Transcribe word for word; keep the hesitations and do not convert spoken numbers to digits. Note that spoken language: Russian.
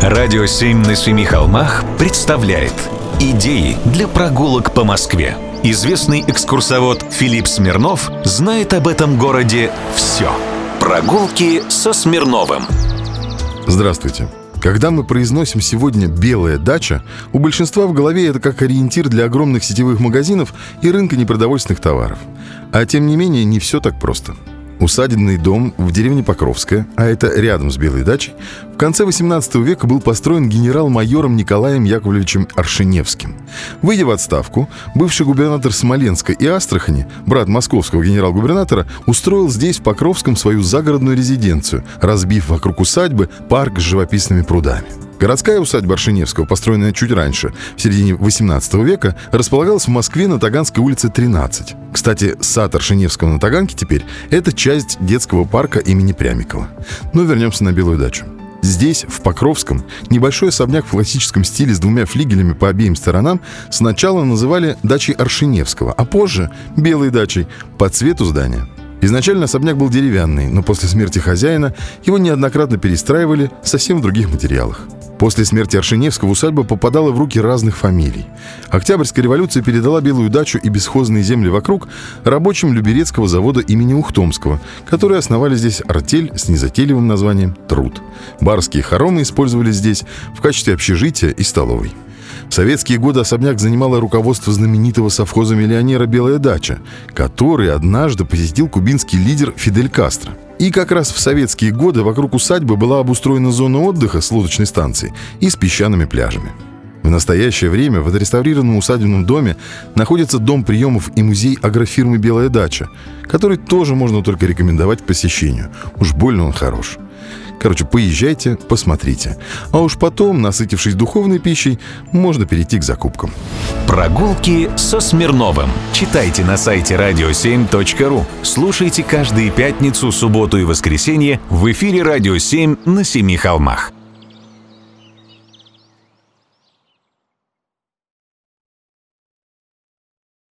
Радио семь на семи холмах представляет идеи для прогулок по Москве. Известный экскурсовод Филипп Смирнов знает об этом городе все. Прогулки со Смирновым. Здравствуйте. Когда мы произносим сегодня «белая дача», у большинства в голове это как ориентир для огромных сетевых магазинов и рынка непродовольственных товаров. А тем не менее, не все так просто. Усадебный дом в деревне Покровская, а это рядом с Белой дачей, в конце восемнадцатого века был построен генерал-майором Николаем Яковлевичем Аршиневским. Выйдя в отставку, бывший губернатор Смоленска и Астрахани, брат московского генерал-губернатора, устроил здесь, в Покровском, свою загородную резиденцию, разбив вокруг усадьбы парк с живописными прудами. Городская усадьба Аршиневского, построенная чуть раньше, в середине восемнадцатого века, располагалась в Москве на Таганской улице тринадцать. Кстати, сад Аршиневского на Таганке теперь – это часть детского парка имени Прямикова. Но вернемся на Белую дачу. Здесь, в Покровском, небольшой особняк в классическом стиле с двумя флигелями по обеим сторонам сначала называли дачей Аршиневского, а позже – Белой дачей по цвету здания. Изначально особняк был деревянный, но после смерти хозяина его неоднократно перестраивали совсем в других материалах. После смерти Аршиневского усадьба попадала в руки разных фамилий. Октябрьская революция передала Белую дачу и бесхозные земли вокруг рабочим Люберецкого завода имени Ухтомского, которые основали здесь артель с незатейливым названием «Труд». Барские хоромы использовались здесь в качестве общежития и столовой. В советские годы особняк занимало руководство знаменитого совхоза-миллионера «Белая дача», который однажды посетил кубинский лидер Фидель Кастро. И как раз в советские годы вокруг усадьбы была обустроена зона отдыха с лодочной станцией и с песчаными пляжами. В настоящее время в отреставрированном усадебном доме находится дом приемов и музей агрофирмы «Белая дача», который тоже можно только рекомендовать к посещению. Уж больно он хорош. Короче, поезжайте, посмотрите. А уж потом, насытившись духовной пищей, можно перейти к закупкам. Прогулки со Смирновым. Читайте на сайте радио семь точка ру. Слушайте каждые пятницу, субботу и воскресенье в эфире «Радио семь» на Семи холмах.